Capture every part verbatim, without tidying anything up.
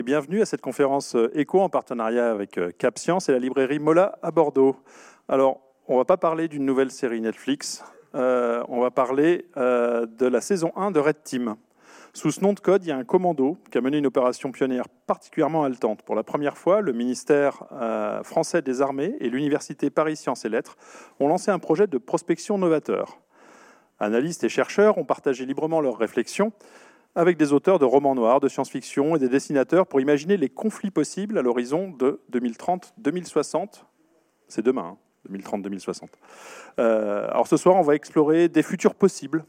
Bienvenue à cette conférence Éco en partenariat avec Cap Science et la librairie Mola à Bordeaux. Alors, on ne va pas parler d'une nouvelle série Netflix, euh, on va parler euh, de la saison un de Red Team. Sous ce nom de code, il y a un commando qui a mené une opération pionnière particulièrement haletante. Pour la première fois, le ministère euh, français des Armées et l'Université Paris Sciences et Lettres ont lancé un projet de prospection novateur. Analystes et chercheurs ont partagé librement leurs réflexions avec des auteurs de romans noirs, de science-fiction et des dessinateurs pour imaginer les conflits possibles à l'horizon de deux mille trente deux mille soixante. C'est demain, hein, deux mille trente deux mille soixante. Euh, alors ce soir, on va explorer des futurs possibles.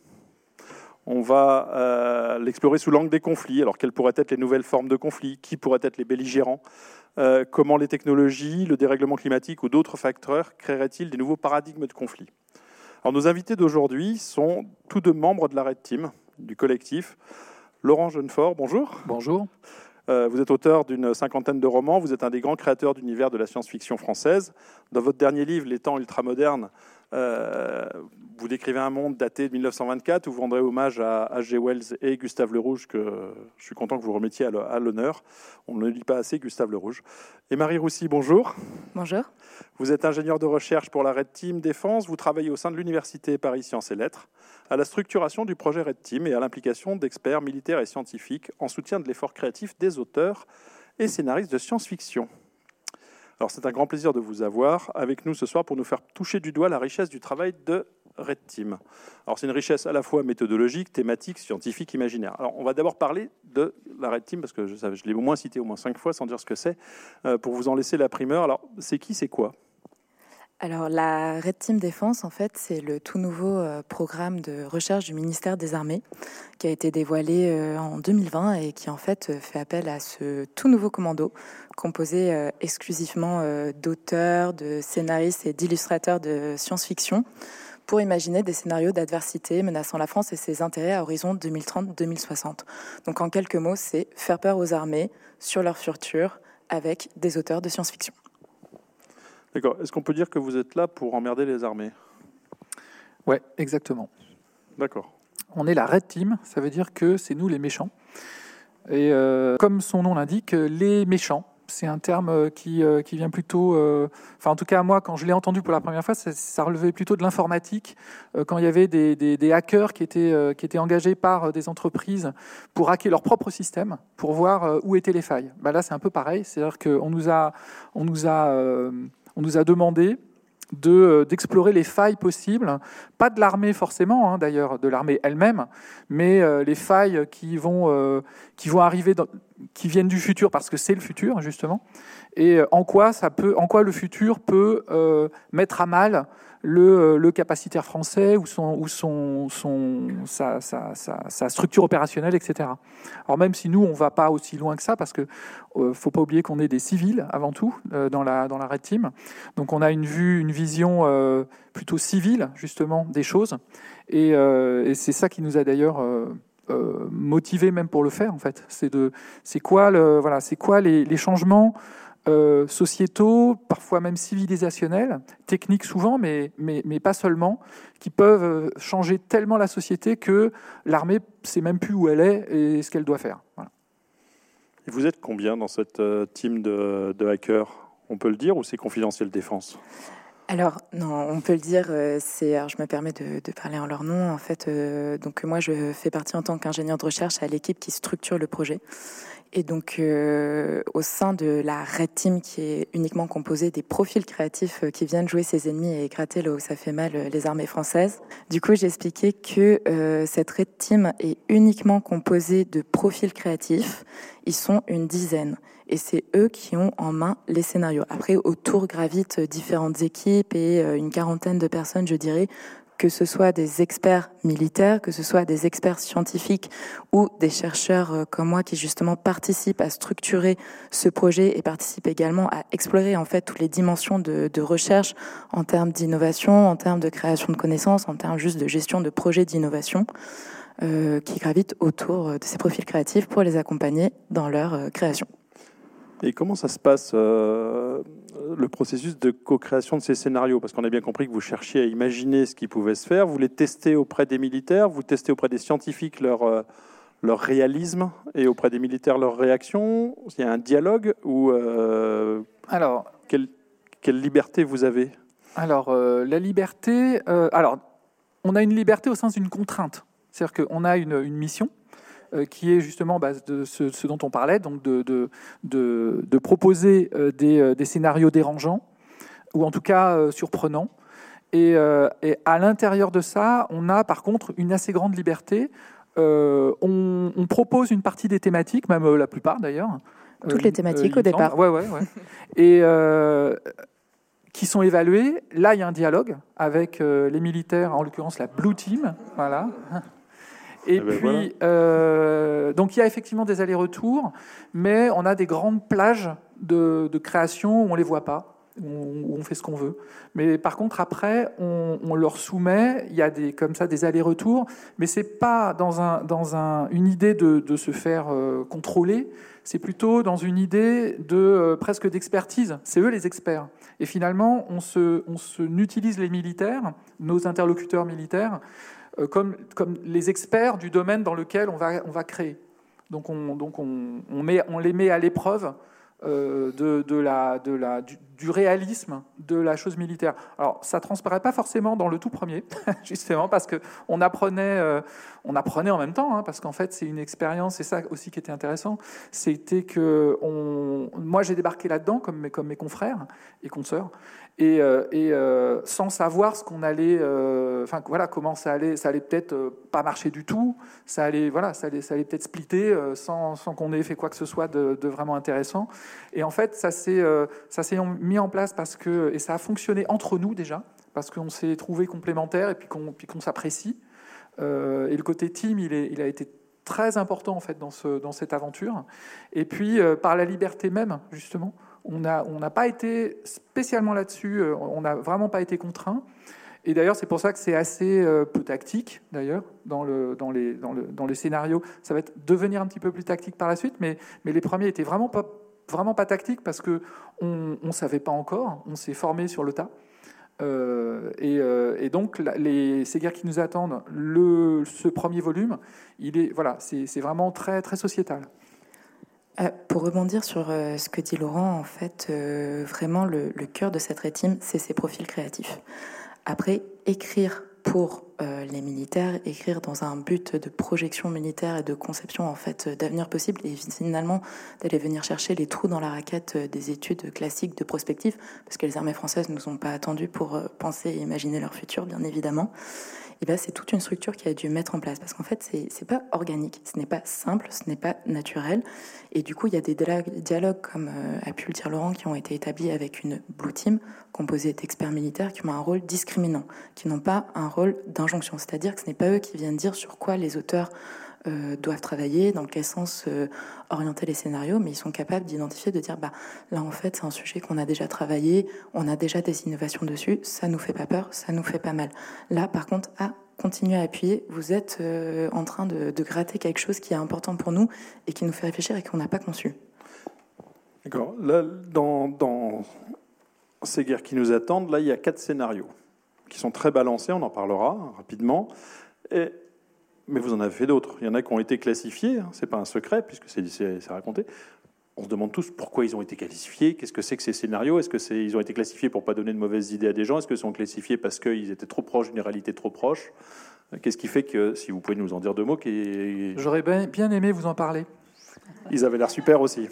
On va euh, l'explorer sous l'angle des conflits. Alors quelles pourraient être les nouvelles formes de conflits? Qui pourraient être les belligérants? euh, Comment les technologies, le dérèglement climatique ou d'autres facteurs créeraient-ils des nouveaux paradigmes de conflits? Alors nos invités d'aujourd'hui sont tous deux membres de la Red Team, du collectif. Laurent Jeunefort, bonjour. Bonjour. Euh, vous êtes auteur d'une cinquantaine de romans, vous êtes un des grands créateurs d'univers de la science-fiction française. Dans votre dernier livre, Les temps ultramodernes, euh, vous décrivez un monde daté de mille neuf cent vingt-quatre où vous rendrez hommage à H G Wells et Gustave Le Rouge, que je suis content que vous remettiez à l'honneur. On ne le lit pas assez, Gustave Le Rouge. Et Marie Roussy, bonjour. Bonjour. Vous êtes ingénieur de recherche pour la Red Team Défense. Vous travaillez au sein de l'Université Paris Sciences et Lettres à la structuration du projet Red Team et à l'implication d'experts militaires et scientifiques en soutien de l'effort créatif des auteurs et scénaristes de science-fiction. Alors c'est un grand plaisir de vous avoir avec nous ce soir pour nous faire toucher du doigt la richesse du travail de Red Team. Alors c'est une richesse à la fois méthodologique, thématique, scientifique, imaginaire. Alors on va d'abord parler de la Red Team parce que je, je l'ai au moins cité au moins cinq fois sans dire ce que c'est, euh, pour vous en laisser la primeur. Alors c'est qui, c'est quoi ? Alors, la Red Team Défense, en fait, c'est le tout nouveau euh, programme de recherche du ministère des Armées qui a été dévoilé euh, en deux mille vingt et qui, en fait, euh, fait appel à ce tout nouveau commando composé euh, exclusivement euh, d'auteurs, de scénaristes et d'illustrateurs de science-fiction pour imaginer des scénarios d'adversité menaçant la France et ses intérêts à horizon deux mille trente deux mille soixante. Donc, en quelques mots, c'est faire peur aux armées sur leur futur avec des auteurs de science-fiction. D'accord. Est-ce qu'on peut dire que vous êtes là pour emmerder les armées ? Ouais, exactement. D'accord. On est la Red Team, ça veut dire que c'est nous les méchants. Et euh, comme son nom l'indique, les méchants, c'est un terme qui, euh, qui vient plutôt... Euh, enfin, en tout cas, moi, quand je l'ai entendu pour la première fois, ça, ça relevait plutôt de l'informatique, euh, quand il y avait des, des, des hackers qui étaient, euh, qui étaient engagés par des entreprises pour hacker leur propre système, pour voir euh, où étaient les failles. Ben là, c'est un peu pareil, c'est-à-dire qu'on nous a... On nous a euh, On nous a demandé de, d'explorer les failles possibles, pas de l'armée forcément, hein, d'ailleurs, de l'armée elle-même, mais euh, les failles qui vont, euh, qui vont arriver, dans, qui viennent du futur, parce que c'est le futur, justement, et en quoi, ça peut, en quoi le futur peut euh, mettre à mal le, le capacitaire français ou, son, ou son, son, sa, sa, sa, sa structure opérationnelle, et cetera. Alors même si nous, on ne va pas aussi loin que ça, parce qu'il ne euh, faut pas oublier qu'on est des civils, avant tout, euh, dans, la, dans la Red Team. Donc on a une vue, une vision euh, plutôt civile, justement, des choses. Et, euh, et c'est ça qui nous a d'ailleurs... Euh, euh, motivés même pour le faire, en fait. C'est, de, c'est quoi, le, voilà, c'est quoi les, les changements Euh, sociétaux, parfois même civilisationnels, techniques souvent, mais, mais, mais pas seulement, qui peuvent changer tellement la société que l'armée ne sait même plus où elle est et ce qu'elle doit faire. Voilà. Et vous êtes combien dans cette euh, team de, de hackers ? On peut le dire ou c'est confidentiel défense ? Alors, non, on peut le dire, euh, c'est, alors je me permets de, de parler en leur nom. En fait, euh, donc, moi, je fais partie en tant qu'ingénieur de recherche à l'équipe qui structure le projet. Et donc, euh, au sein de la Red Team, qui est uniquement composée des profils créatifs qui viennent jouer ses ennemis et gratter là où ça fait mal les armées françaises, du coup, j'ai expliqué que euh, cette Red Team est uniquement composée de profils créatifs. Ils sont une dizaine. Et c'est eux qui ont en main les scénarios. Après, autour gravitent différentes équipes et une quarantaine de personnes, je dirais, que ce soit des experts militaires, que ce soit des experts scientifiques ou des chercheurs comme moi qui justement participent à structurer ce projet et participent également à explorer en fait toutes les dimensions de, de recherche en termes d'innovation, en termes de création de connaissances, en termes juste de gestion de projets d'innovation euh, qui gravitent autour de ces profils créatifs pour les accompagner dans leur euh, création. Et comment ça se passe, euh, le processus de co-création de ces scénarios ? Parce qu'on a bien compris que vous cherchiez à imaginer ce qui pouvait se faire. Vous les testez auprès des militaires, vous testez auprès des scientifiques leur, euh, leur réalisme et auprès des militaires leur réaction? Il y a un dialogue ou euh, Alors, quelle, quelle liberté vous avez? Alors, euh, la liberté... Euh, alors, on a une liberté au sens d'une contrainte. C'est-à-dire qu'on a une, une mission euh, qui est justement bah, de ce, ce dont on parlait, donc de, de, de, de proposer euh, des, des scénarios dérangeants, ou en tout cas euh, surprenants. Et, euh, et à l'intérieur de ça, on a par contre une assez grande liberté. Euh, on, on propose une partie des thématiques, même euh, la plupart d'ailleurs. Toutes euh, les thématiques euh, au départ. Ouais, ouais, ouais. Et... Euh, qui sont évalués. Là, il y a un dialogue avec euh, les militaires, en l'occurrence la Blue Team. Voilà. Et, Et puis, ben voilà. euh, donc il y a effectivement des allers-retours, mais on a des grandes plages de, de création où on ne les voit pas, où on, où on fait ce qu'on veut. Mais par contre, après, on, on leur soumet, il y a des, comme ça des allers-retours, mais ce n'est pas dans, un, dans un, une idée de, de se faire euh, contrôler, c'est plutôt dans une idée de euh, presque d'expertise. C'est eux les experts. Et finalement, on, se, on se utilise les militaires, nos interlocuteurs militaires, euh, comme, comme les experts du domaine dans lequel on va, on va créer. Donc, on, donc on, on, met, on les met à l'épreuve euh, de, de la, de la, du, du réalisme de la chose militaire. Alors, ça ne transparaît pas forcément dans le tout premier, justement, parce qu'on apprenait, euh, on apprenait en même temps, hein, parce qu'en fait, c'est une expérience, c'est ça aussi qui était intéressant, c'était que on, moi, j'ai débarqué là-dedans, comme mes, comme mes confrères et consoeurs, et, euh, et euh, sans savoir ce qu'on allait, euh, enfin voilà, comment ça allait, ça allait peut-être euh, pas marcher du tout, ça allait, voilà, ça allait, ça allait peut-être splitter euh, sans, sans qu'on ait fait quoi que ce soit de, de vraiment intéressant. Et en fait, ça s'est, euh, ça s'est mis en place parce que, et ça a fonctionné entre nous déjà, parce qu'on s'est trouvé complémentaires et puis qu'on, puis qu'on s'apprécie. Euh, et le côté team, il, est, il a été très important en fait dans, ce, dans cette aventure. Et puis euh, par la liberté même, justement. On n'a on n'a pas été spécialement là-dessus, on n'a vraiment pas été contraint. Et d'ailleurs, c'est pour ça que c'est assez euh, peu tactique, d'ailleurs, dans le, dans, les, dans, le, dans le scénario. Ça va être, devenir un petit peu plus tactique par la suite, mais, mais les premiers étaient vraiment pas, vraiment pas tactiques parce qu'on ne savait pas encore, on s'est formé sur le tas. Euh, et, euh, et donc, les, ces guerres qui nous attendent, le, ce premier volume, il est, voilà, c'est, c'est vraiment très, très sociétal. Euh, pour rebondir sur euh, ce que dit Laurent, en fait, euh, vraiment le, le cœur de cette Red Team, c'est ses profils créatifs. Après, écrire pour euh, les militaires, écrire dans un but de projection militaire et de conception en fait d'avenir possible, et finalement d'aller venir chercher les trous dans la raquette des études classiques de prospective, parce que les armées françaises ne nous ont pas attendus pour euh, penser et imaginer leur futur, bien évidemment. Et ben, c'est toute une structure qui a dû mettre en place, parce qu'en fait, c'est, c'est pas organique, ce n'est pas simple, ce n'est pas naturel. Et du coup, il y a des dialogues, comme euh, a pu le dire Laurent, qui ont été établis avec une Blue Team, composée d'experts militaires qui ont un rôle discriminant, qui n'ont pas un rôle d'injonction. C'est-à-dire que ce n'est pas eux qui viennent dire sur quoi les auteurs euh, doivent travailler, dans quel sens euh, orienter les scénarios, mais ils sont capables d'identifier, de dire, bah, là, en fait, c'est un sujet qu'on a déjà travaillé, on a déjà des innovations dessus, ça nous fait pas peur, ça nous fait pas mal. Là, par contre, ah, continuez à appuyer, vous êtes euh, en train de, de gratter quelque chose qui est important pour nous et qui nous fait réfléchir et qu'on n'a pas conçu. D'accord. Là, dans, dans ces guerres qui nous attendent, là, il y a quatre scénarios qui sont très balancés, on en parlera rapidement. Et, mais vous en avez fait d'autres. Il y en a qui ont été classifiés, hein, c'est pas un secret, puisque c'est, c'est, c'est raconté. On se demande tous pourquoi ils ont été classifiés, qu'est-ce que c'est que ces scénarios, est-ce que c'est, ils ont été classifiés pour ne pas donner de mauvaises idées à des gens, est-ce qu'ils sont classifiés parce qu'ils étaient trop proches d'une réalité trop proche? Qu'est-ce qui fait que, si vous pouvez nous en dire deux mots... Qui... J'aurais bien aimé vous en parler. Ils avaient l'air super aussi.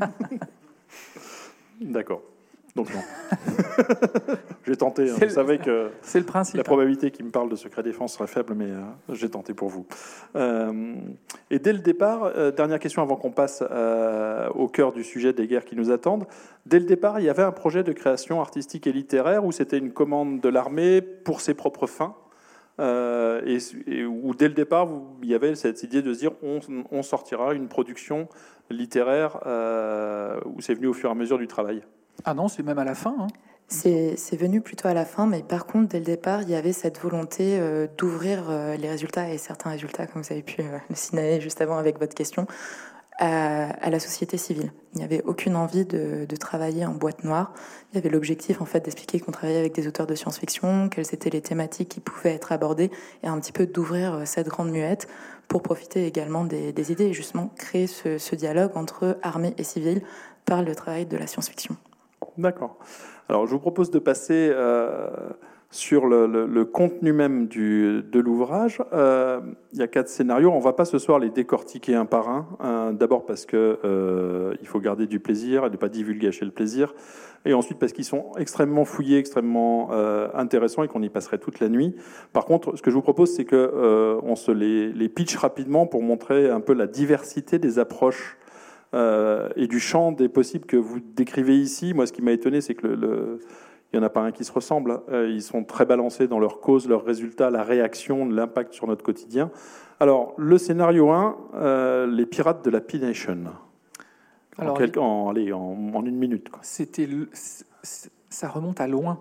D'accord. Donc non. J'ai tenté. Hein. C'est Vous savez que c'est le principe. La probabilité qu'il me parle de secret défense serait faible, mais euh, j'ai tenté pour vous. Euh, et dès le départ, euh, dernière question avant qu'on passe euh, au cœur du sujet des guerres qui nous attendent. Dès le départ, il y avait un projet de création artistique et littéraire où c'était une commande de l'armée pour ses propres fins. Euh, et, et où dès le départ, vous, il y avait cette idée de se dire on, on sortira une production littéraire euh, où c'est venu au fur et à mesure du travail. Ah non, c'est même à la fin. Hein. C'est, c'est venu plutôt à la fin, mais par contre, dès le départ, il y avait cette volonté euh, d'ouvrir euh, les résultats, et certains résultats, comme vous avez pu euh, le signaler juste avant avec votre question, à, à la société civile. Il n'y avait aucune envie de, de travailler en boîte noire. Il y avait l'objectif en fait d'expliquer qu'on travaillait avec des auteurs de science-fiction, quelles étaient les thématiques qui pouvaient être abordées, et un petit peu d'ouvrir cette grande muette pour profiter également des, des idées et justement créer ce, ce dialogue entre armée et civile par le travail de la science-fiction. D'accord. Alors je vous propose de passer euh, sur le, le, le contenu même du, de l'ouvrage. Euh, il y a quatre scénarios. On ne va pas ce soir les décortiquer un par un. Euh, d'abord parce que euh, il faut garder du plaisir et ne pas divulgacher le plaisir. Et ensuite parce qu'ils sont extrêmement fouillés, extrêmement euh, intéressants et qu'on y passerait toute la nuit. Par contre, ce que je vous propose, c'est qu'on euh, se les, les pitch rapidement pour montrer un peu la diversité des approches euh, et du champ des possibles que vous décrivez ici. Moi, ce qui m'a étonné, c'est que le, le il n'y en a pas un qui se ressemble. Ils sont très balancés dans leurs causes, leurs résultats, la réaction, l'impact sur notre quotidien. Alors, le scénario un, euh, les pirates de la P-Nation. Alors, en, quel... en, allez, en, en une minute. Quoi. C'était, ça remonte à loin.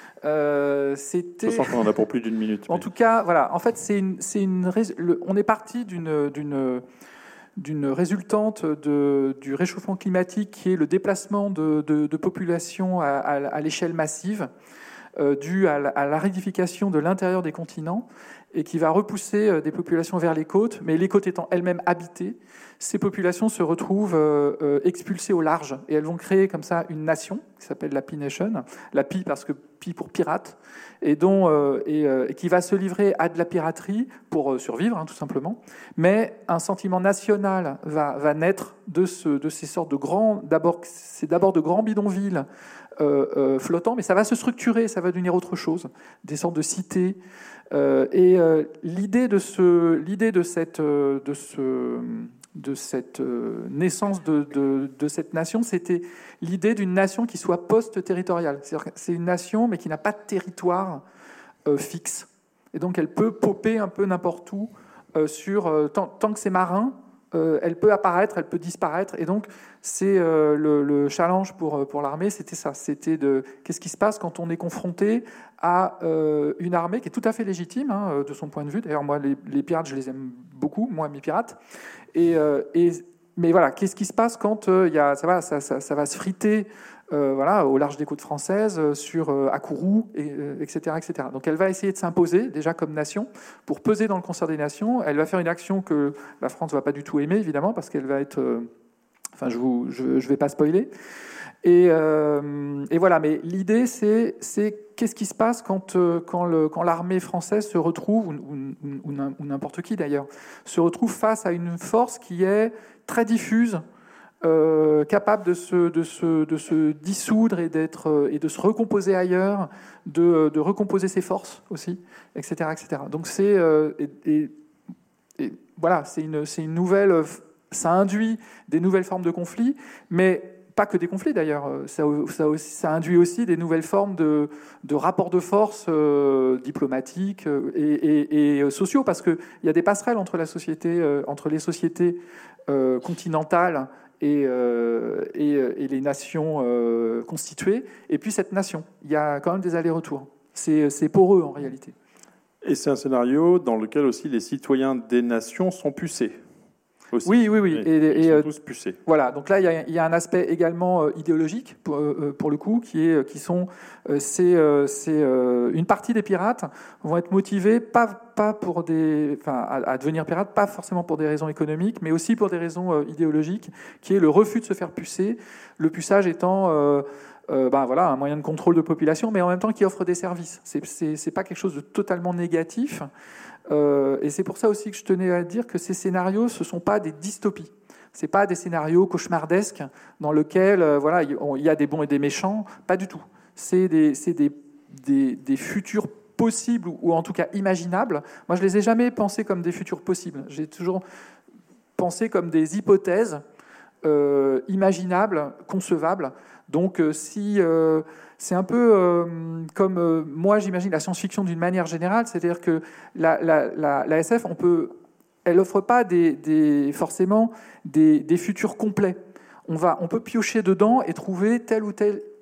Euh, c'était... Je sens qu'on en a pour plus d'une minute. En mais... tout cas, voilà. En fait, c'est une, c'est une, le, on est parti d'une, d'une, d'une résultante de, du réchauffement climatique qui est le déplacement de, de, de populations à, à, à l'échelle massive euh, dû à, à l'aridification de l'intérieur des continents et qui va repousser des populations vers les côtes, mais les côtes étant elles-mêmes habitées, ces populations se retrouvent euh, euh, expulsées au large et elles vont créer comme ça une nation qui s'appelle la P-Nation, la Pi parce que Pi pour pirate, et, dont, euh, et, euh, et qui va se livrer à de la piraterie pour euh, survivre, hein, tout simplement. Mais un sentiment national va, va naître de, ce, de ces sortes de grands... D'abord, c'est d'abord de grands bidonvilles euh, euh, flottants, mais ça va se structurer, ça va devenir autre chose, des sortes de cités. Euh, et euh, l'idée de, ce, l'idée de cette... De ce, de cette naissance de, de, de cette nation, c'était l'idée d'une nation qui soit post-territoriale. C'est-à-dire que c'est une nation, mais qui n'a pas de territoire euh, fixe. Et donc, elle peut popper un peu n'importe où. Euh, sur, euh, tant, tant que c'est marin, euh, elle peut apparaître, elle peut disparaître. Et donc, c'est euh, le, le challenge pour, pour l'armée, c'était ça. C'était de qu'est-ce qui se passe quand on est confronté à euh, une armée qui est tout à fait légitime, hein, de son point de vue. D'ailleurs, moi, les, les pirates, je les aime beaucoup, moi, mes pirates. Et, euh, et, mais voilà, qu'est-ce qui se passe quand euh, y a, ça, va, ça, ça, ça va se friter euh, voilà, au large des côtes françaises, euh, sur euh, à Kourou, et, euh, et cetera, et cetera. Donc elle va essayer de s'imposer, déjà comme nation, pour peser dans le concert des nations. Elle va faire une action que la France ne va pas du tout aimer, évidemment, parce qu'elle va être... Euh, enfin, je ne je, je vais pas spoiler. Et, euh, et voilà, mais l'idée, c'est, c'est qu'est-ce qui se passe quand, euh, quand, le, quand l'armée française se retrouve, ou, ou, ou, ou n'importe qui d'ailleurs, se retrouve face à une force qui est très diffuse, euh, capable de se, de, se, de se dissoudre et, d'être, et de se recomposer ailleurs, de, de recomposer ses forces aussi, et cetera, et cetera. Donc c'est... Euh, et, et, et, voilà, c'est une, c'est une nouvelle... Ça induit des nouvelles formes de conflits, mais... Pas que des conflits d'ailleurs, ça, ça, aussi, ça induit aussi des nouvelles formes de, de rapports de force euh, diplomatiques et, et, et sociaux, parce qu'il y a des passerelles entre, la société, euh, entre les sociétés euh, continentales et, euh, et, et les nations euh, constituées, et puis cette nation. Il y a quand même des allers-retours. C'est, c'est poreux en réalité. Et c'est un scénario dans lequel aussi les citoyens des nations sont pucés. Aussi. Oui, oui, oui. Et, et, ils sont tous pucés. Voilà. Donc là, il y a, il y a un aspect également euh, idéologique pour, euh, pour le coup, qui est, qui sont, euh, c'est, euh, c'est euh, une partie des pirates vont être motivés pas, pas pour des, enfin, à, à devenir pirates, pas forcément pour des raisons économiques, mais aussi pour des raisons euh, idéologiques, qui est le refus de se faire pucer. Le puçage étant euh, Euh, ben voilà, un moyen de contrôle de population, mais en même temps qui offre des services. C'est, c'est, c'est pas quelque chose de totalement négatif. Euh, et c'est pour ça aussi que je tenais à dire que ces scénarios, ce sont pas des dystopies. C'est pas des scénarios cauchemardesques dans lesquels euh, voilà, il y a des bons et des méchants. Pas du tout. C'est des, c'est des, des, des futurs possibles ou en tout cas imaginables. Moi, je les ai jamais pensés comme des futurs possibles. J'ai toujours pensé comme des hypothèses euh, imaginables, concevables. Donc, euh, si euh, c'est un peu euh, comme euh, moi, j'imagine la science-fiction d'une manière générale, c'est-à-dire que la, la, la, la S F, on peut, elle offre pas des, des, forcément des, des futurs complets. On va, on peut piocher dedans et trouver telle ou telle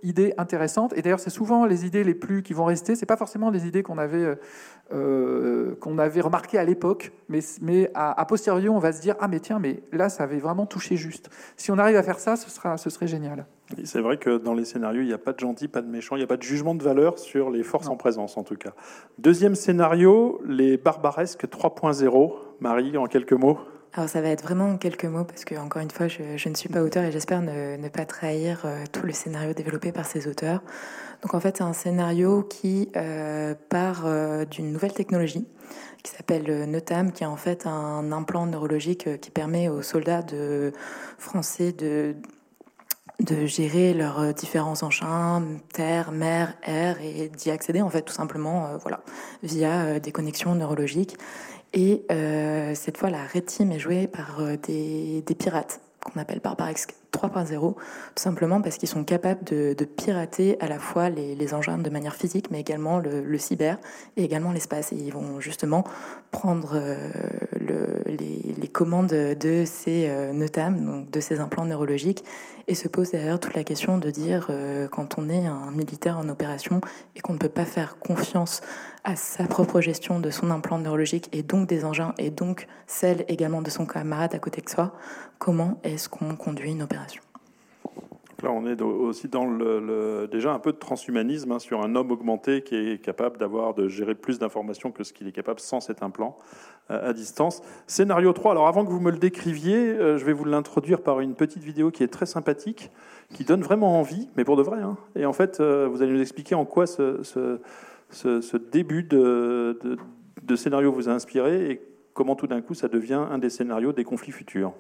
idées intéressantes. Et d'ailleurs, c'est souvent les idées les plus qui vont rester. C'est pas forcément les idées qu'on avait euh, qu'on avait remarquées à l'époque, mais mais à, à posteriori, on va se dire ah mais tiens, mais là, ça avait vraiment touché juste. Si on arrive à faire ça, ce sera ce serait génial. Et c'est vrai que dans les scénarios, il n'y a pas de gentil, pas de méchant, il n'y a pas de jugement de valeur sur les forces non. en présence, en tout cas. Deuxième scénario, les barbaresques trois point zéro. Marie, en quelques mots. Alors ça va être vraiment en quelques mots parce que encore une fois je, je ne suis pas auteur et j'espère ne, ne pas trahir euh, tout le scénario développé par ces auteurs. Donc en fait c'est un scénario qui euh, part euh, d'une nouvelle technologie qui s'appelle Notam, qui est en fait un implant neurologique qui permet aux soldats de français de de gérer leurs différents engins, terre, mer, air, et d'y accéder en fait tout simplement euh, voilà via euh, des connexions neurologiques. Et euh, cette fois, la Red Team est jouée par euh, des, des pirates qu'on appelle Barbaresque trois point zéro, tout simplement parce qu'ils sont capables de, de pirater à la fois les, les engins de manière physique, mais également le, le cyber et également l'espace. Et ils vont justement prendre euh, le, les, les commandes de ces euh, Notam, donc de ces implants neurologiques, et se pose derrière toute la question de dire, euh, quand on est un militaire en opération et qu'on ne peut pas faire confiance à sa propre gestion de son implant neurologique et donc des engins et donc celle également de son camarade à côté de soi, comment est-ce qu'on conduit une opération ? Là, on est aussi dans le, le, déjà un peu de transhumanisme hein, sur un homme augmenté qui est capable d'avoir, de gérer plus d'informations que ce qu'il est capable sans cet implant euh, à distance. Scénario trois, alors avant que vous me le décriviez, euh, je vais vous l'introduire par une petite vidéo qui est très sympathique, qui donne vraiment envie, mais pour de vrai. Hein. Et en fait, euh, vous allez nous expliquer en quoi ce, ce, ce, ce début de, de, de scénario vous a inspiré et comment tout d'un coup ça devient un des scénarios des conflits futurs.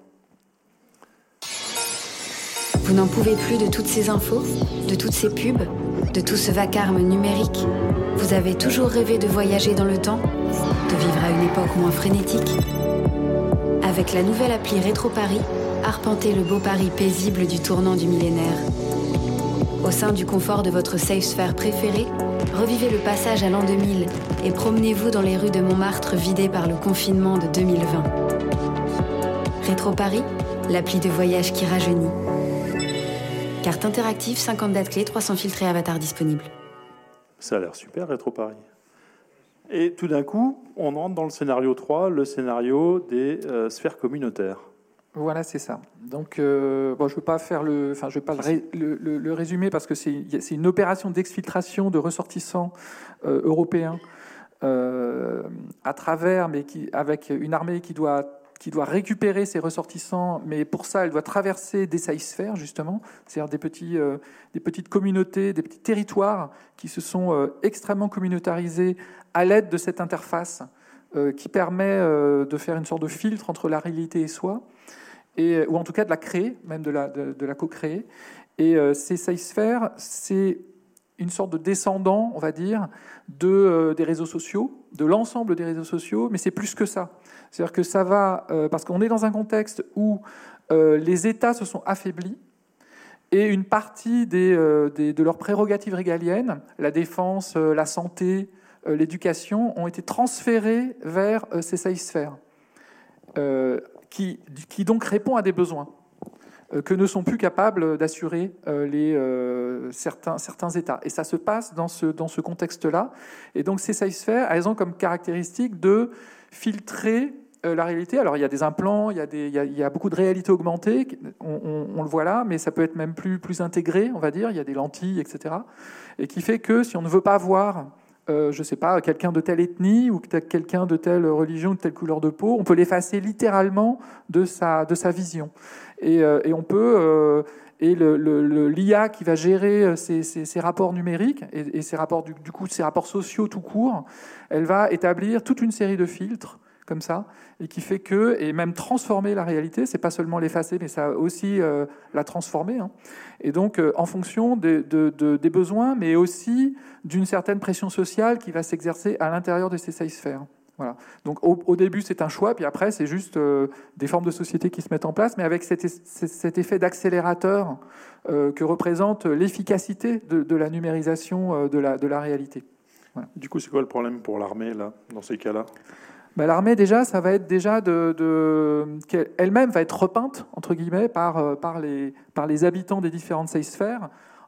Vous n'en pouvez plus de toutes ces infos, de toutes ces pubs, de tout ce vacarme numérique. Vous avez toujours rêvé de voyager dans le temps, de vivre à une époque moins frénétique. Avec la nouvelle appli Rétro Paris, arpentez le beau Paris paisible du tournant du millénaire. Au sein du confort de votre safe sphere préféré, revivez le passage à l'an deux mille et promenez-vous dans les rues de Montmartre vidées par le confinement de deux mille vingt. Rétro Paris, l'appli de voyage qui rajeunit. Carte interactive, cinquante dates clés, trois cents filtres et avatars disponibles. Ça a l'air super, Rétro Paris. Et tout d'un coup, on entre dans le scénario trois, le scénario des euh, sphères communautaires. Voilà, c'est ça. Donc, euh, bon, je ne veux pas faire le, enfin, je vais pas le, ré, le, le, le résumer parce que c'est, c'est une opération d'exfiltration de ressortissants euh, européens euh, à travers, mais qui, avec une armée qui doit qui doit récupérer ses ressortissants, mais pour ça, elle doit traverser des safe-sphères, justement, c'est-à-dire des, petits, euh, des petites communautés, des petits territoires qui se sont euh, extrêmement communautarisés à l'aide de cette interface euh, qui permet euh, de faire une sorte de filtre entre la réalité et soi, et, ou en tout cas de la créer, même de la, de, de la co-créer. Et euh, ces safe-sphères, c'est une sorte de descendant, on va dire, de, euh, des réseaux sociaux, de l'ensemble des réseaux sociaux, mais c'est plus que ça. C'est-à-dire que ça va, euh, parce qu'on est dans un contexte où euh, les États se sont affaiblis et une partie des, euh, des, de leurs prérogatives régaliennes, la défense, euh, la santé, euh, l'éducation, ont été transférées vers euh, ces safe-sphères, euh, qui, qui donc répond à des besoins euh, que ne sont plus capables d'assurer euh, les, euh, certains, certains États. Et ça se passe dans ce, dans ce contexte-là. Et donc ces safe-sphères, elles ont comme caractéristique de filtrer la réalité. Alors il y a des implants, il y a, des, il y a, il y a beaucoup de réalité augmentée, on, on, on le voit là, mais ça peut être même plus, plus intégré, on va dire, il y a des lentilles, et cetera. Et qui fait que si on ne veut pas voir, euh, je ne sais pas, quelqu'un de telle ethnie ou quelqu'un de telle religion, de telle couleur de peau, on peut l'effacer littéralement de sa, de sa vision. Et, euh, et on peut... Euh, Et le, le, le, l'I A qui va gérer ces, ces, ces rapports numériques et, et ces rapports, du, du coup, ces rapports sociaux tout court, elle va établir toute une série de filtres comme ça, et qui fait que, et même transformer la réalité, c'est pas seulement l'effacer, mais ça aussi euh, la transformer. Hein. Et donc, euh, en fonction de, de, de, des besoins, mais aussi d'une certaine pression sociale qui va s'exercer à l'intérieur de ces safe-sphères. Voilà. Donc, au, au début, c'est un choix, puis après, c'est juste euh, des formes de société qui se mettent en place, mais avec cet, cet effet d'accélérateur euh, que représente l'efficacité de, de la numérisation euh, de, la, de la réalité. Voilà. Du coup, c'est quoi le problème pour l'armée, là, dans ces cas-là ? Ben, l'armée, déjà, ça va être déjà de, de, qu'elle-même va être repeinte, entre guillemets, par, par, les, par les habitants des différentes safe-sphères,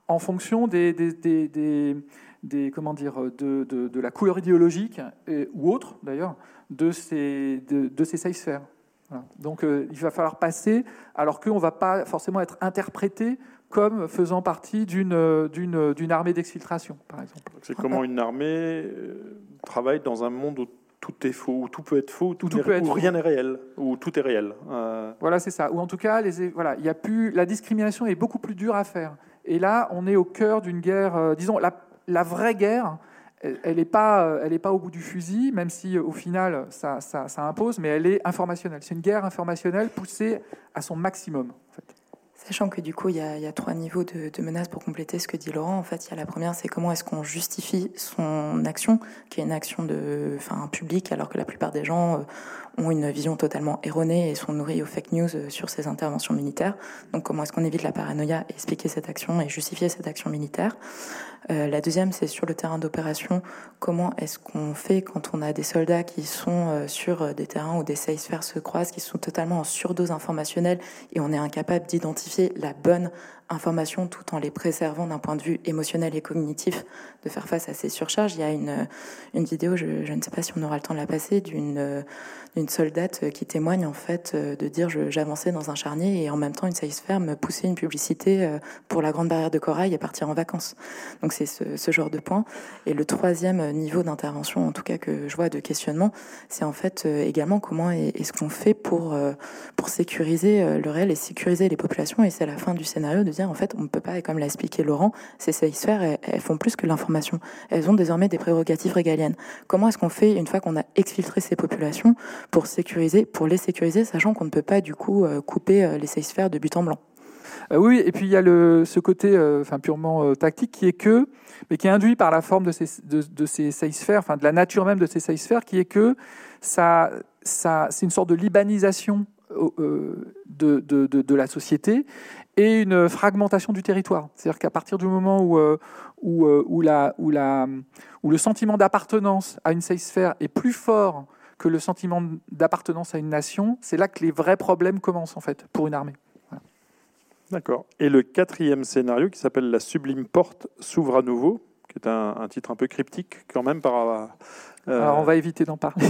en fonction des, des, des, des, des comment dire, de, de, de la couleur idéologique et, ou autre d'ailleurs de ces, de, de ces safe spheres. Voilà. Donc euh, il va falloir passer, alors qu'on ne va pas forcément être interprété comme faisant partie d'une, d'une, d'une armée d'exfiltration, par exemple. C'est comment une armée travaille dans un monde où tout est faux, où tout peut être faux, où, tout tout est, peut être où faux. rien n'est réel, où tout est réel. Euh... Voilà, c'est ça. Ou en tout cas, les, voilà, il y a plus, la discrimination est beaucoup plus dure à faire. Et là, on est au cœur d'une guerre, euh, disons, la, la vraie guerre, elle n'est pas, elle est pas au bout du fusil, même si au final, ça, ça, ça impose, mais elle est informationnelle. C'est une guerre informationnelle poussée à son maximum, en fait. Sachant que du coup, il y a, il y a trois niveaux de, de menaces pour compléter ce que dit Laurent. En fait, il y a la première, c'est comment est-ce qu'on justifie son action, qui est une action de, enfin, publique, alors que la plupart des gens euh, ont une vision totalement erronée et sont nourris aux fake news euh, sur ces interventions militaires. Donc, comment est-ce qu'on évite la paranoïa et expliquer cette action et justifier cette action militaire. Euh, la deuxième, c'est sur le terrain d'opération. Comment est-ce qu'on fait quand on a des soldats qui sont euh, sur des terrains où des safe spheres se croisent, qui sont totalement en surdose informationnelle et on est incapable d'identifier la bonne information tout en les préservant d'un point de vue émotionnel et cognitif, de faire face à ces surcharges. Il y a une, une vidéo, je, je ne sais pas si on aura le temps de la passer, d'une, d'une soldate qui témoigne en fait de dire je, j'avançais dans un charnier et en même temps une safe sphere me poussait une publicité pour la Grande Barrière de Corail et partir en vacances. Donc c'est ce, ce genre de point. Et le troisième niveau d'intervention, en tout cas que je vois de questionnement, c'est en fait également comment est-ce qu'on fait pour, pour sécuriser le réel et sécuriser les populations. Et c'est la fin du scénario de dire en fait on ne peut pas, et comme l'a expliqué Laurent, ces safe spheres elles, elles font plus que l'information, elles ont désormais des prérogatives régaliennes. Comment est-ce qu'on fait une fois qu'on a exfiltré ces populations pour sécuriser, pour les sécuriser, sachant qu'on ne peut pas du coup couper les safe spheres de but en blanc? Euh, oui, et puis il y a le, ce côté euh, enfin, purement euh, tactique qui est que, mais qui est induit par la forme de ces, de, de ces safe spheres, enfin de la nature même de ces safe spheres, qui est que ça, ça, c'est une sorte de libanisation euh, de, de, de, de la société et une fragmentation du territoire. C'est-à-dire qu'à partir du moment où, euh, où, euh, où, la, où, la, où le sentiment d'appartenance à une safe sphere est plus fort que le sentiment d'appartenance à une nation, c'est là que les vrais problèmes commencent en fait pour une armée. Voilà. D'accord. Et le quatrième scénario qui s'appelle La sublime porte s'ouvre à nouveau, qui est un, un titre un peu cryptique quand même par... Euh... Alors on va éviter d'en parler.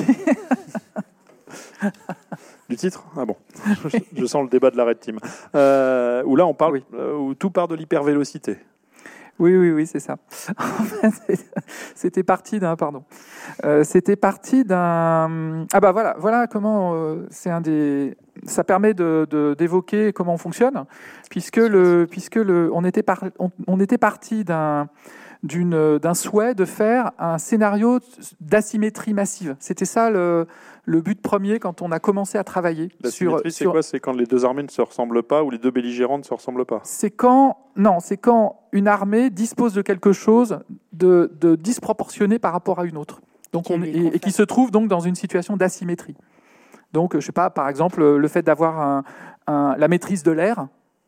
Du titre ? Ah bon, je, je sens le débat de la Red Team. Euh, où là on parle, oui. euh, où tout part de l'hypervélocité. Oui, oui, oui, c'est ça. En fait, c'était parti d'un, pardon. Euh, c'était parti d'un. Ah bah voilà, voilà comment euh, c'est un des. Ça permet de, de d'évoquer comment on fonctionne, puisque le, puisque le, on était par, on, on était parti d'un. D'une, d'un souhait de faire un scénario d'asymétrie massive. C'était ça le, le but premier quand on a commencé à travailler. L'asymétrie, sur, c'est sur... quoi? C'est quand les deux armées ne se ressemblent pas ou les deux belligérants ne se ressemblent pas. C'est quand, non, c'est quand une armée dispose de quelque chose de, de disproportionné par rapport à une autre. Donc on, et, et qui se trouve donc dans une situation d'asymétrie. Donc, je sais pas, par exemple, le fait d'avoir un, un, la maîtrise de l'air.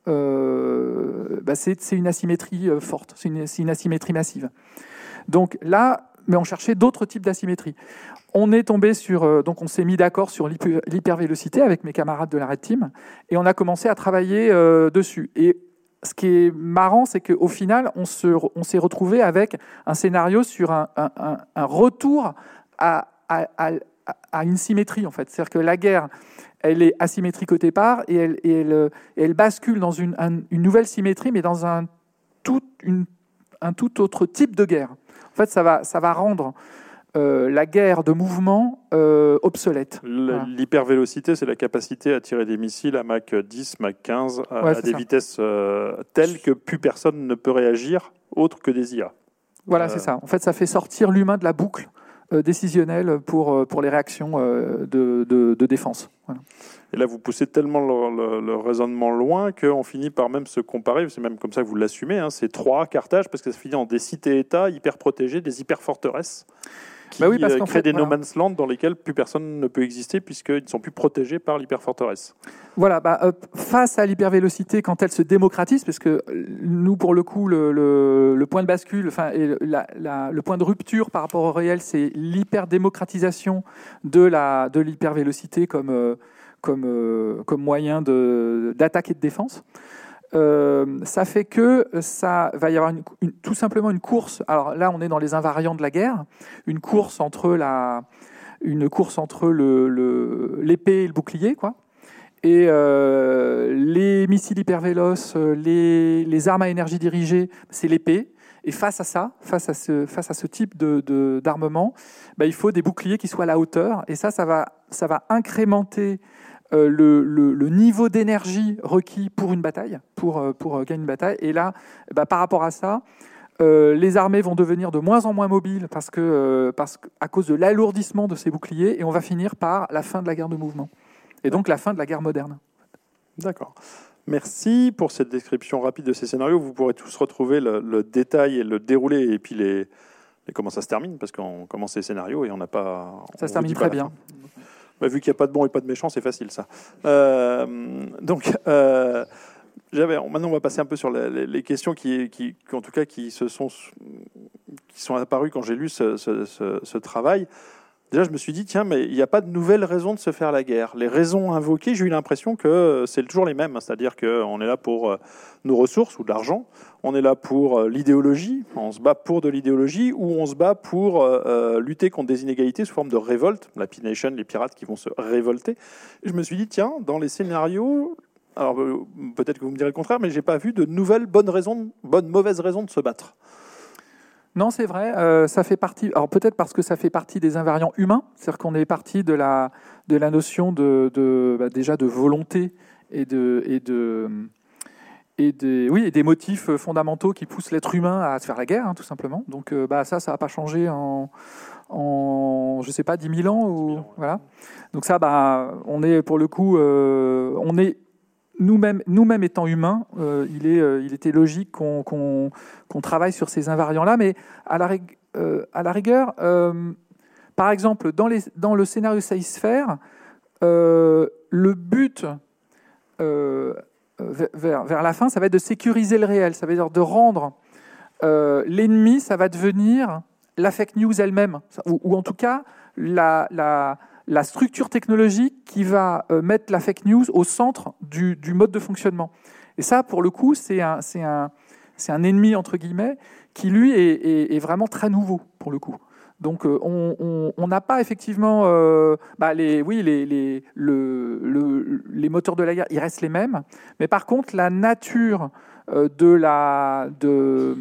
Euh, bah c'est, c'est une asymétrie euh, forte, c'est une, c'est une asymétrie massive. Donc là, mais on cherchait d'autres types d'asymétrie. On est tombé sur, euh, donc on s'est mis d'accord sur l'hyper, l'hypervélocité avec mes camarades de la Red Team, et on a commencé à travailler euh, dessus. Et ce qui est marrant, c'est qu'au final, on, se, on s'est retrouvé avec un scénario sur un, un, un, un retour à, à, à, à une symétrie, en fait. C'est-à-dire que la guerre, elle est asymétrique au départ et elle, et elle, et elle bascule dans une, un, une nouvelle symétrie, mais dans un tout, une, un tout autre type de guerre. En fait, ça va, ça va rendre euh, la guerre de mouvement euh, obsolète. Le, voilà. L'hypervélocité, c'est la capacité à tirer des missiles à Mach dix, Mach quinze, à, ouais, à des ça. vitesses euh, telles que plus personne ne peut réagir, autre que des I A. Voilà, euh... c'est ça. En fait, ça fait sortir l'humain de la boucle Euh, décisionnel pour, pour les réactions euh, de, de, de défense. Voilà. Et là, vous poussez tellement le, le, le raisonnement loin qu'on finit par même se comparer, c'est même comme ça que vous l'assumez, hein, c'est trois Carthage, parce que ça finit en des cités-États hyper protégées, des hyper-forteresses, qui bah oui, parce euh, créent fait, des voilà. no man's land dans lesquels plus personne ne peut exister, puisqu'ils ne sont plus protégés par l'hyper-forteresse. Voilà, bah, euh, face à l'hypervélocité, quand elle se démocratise, parce que nous, pour le coup, le, le, le point de bascule, enfin, et la, la, le point de rupture par rapport au réel, c'est l'hyperdémocratisation de, la, de l'hypervélocité comme, euh, comme, euh, comme moyen de, d'attaque et de défense. Euh, ça fait que ça va y avoir une, une, tout simplement une course. Alors là, on est dans les invariants de la guerre, une course entre la, une course entre le, le, l'épée et le bouclier, quoi. Et euh, les missiles hypervéloces, les, les armes à énergie dirigée, c'est l'épée. Et face à ça, face à ce, face à ce type de, de, d'armement, bah, il faut des boucliers qui soient à la hauteur. Et ça, ça va, ça va incrémenter euh, le, le, le niveau d'énergie requis pour une bataille, pour, pour gagner une bataille. Et là, bah, par rapport à ça, euh, les armées vont devenir de moins en moins mobiles parce que, euh, parce que, à cause de l'alourdissement de ces boucliers. Et on va finir par la fin de la guerre de mouvement. Et donc la fin de la guerre moderne. D'accord. Merci pour cette description rapide de ces scénarios. Vous pourrez tous retrouver le, le détail et le déroulé et puis les, les comment ça se termine, parce qu'on commence les scénarios et on n'a pas... Ça se termine très bien. Bah, vu qu'il n'y a pas de bon et pas de méchant, c'est facile ça. Euh, donc, euh, j'avais, maintenant on va passer un peu sur les, les questions qui, qui, qui, en tout cas, qui, se sont, qui sont apparues quand j'ai lu ce, ce, ce, ce travail. Déjà, je me suis dit, tiens, mais il n'y a pas de nouvelles raisons de se faire la guerre. Les raisons invoquées, j'ai eu l'impression que c'est toujours les mêmes. C'est-à-dire qu'on est là pour nos ressources ou de l'argent. On est là pour l'idéologie. On se bat pour de l'idéologie ou on se bat pour euh, lutter contre des inégalités sous forme de révolte. La P-Nation, les pirates qui vont se révolter. Et je me suis dit, tiens, dans les scénarios... Alors, peut-être que vous me direz le contraire, mais je n'ai pas vu de nouvelles bonnes raisons, bonnes, mauvaises raisons de se battre. Non, c'est vrai, euh, ça fait partie. Alors peut-être parce que ça fait partie des invariants humains, c'est-à-dire qu'on est parti de la de la notion de, de bah, déjà de volonté et de et de et des oui et des motifs fondamentaux qui poussent l'être humain à se faire la guerre, hein, tout simplement. Donc euh, bah ça, ça n'a pas changé en en je sais pas dix mille ans ou voilà. Donc ça, bah on est pour le coup, euh, on est Nous-mêmes, nous-mêmes étant humains, euh, il, est, euh, il était logique qu'on, qu'on, qu'on travaille sur ces invariants-là, mais à la, rig- euh, à la rigueur, euh, par exemple, dans, les, dans le scénario Safe-Sphere, euh, le but euh, vers, vers la fin, ça va être de sécuriser le réel, ça veut dire de rendre euh, l'ennemi, ça va devenir la fake news elle-même, ou, ou en tout cas la... la la structure technologique qui va euh, mettre la fake news au centre du, du mode de fonctionnement. Et ça, pour le coup, c'est un, c'est un, c'est un ennemi, entre guillemets, qui, lui, est, est, est vraiment très nouveau, pour le coup. Donc, euh, on n'a pas, effectivement... Euh, bah, les, oui, les, les, le, le, les moteurs de la guerre, ils restent les mêmes. Mais par contre, la nature euh, de la... De,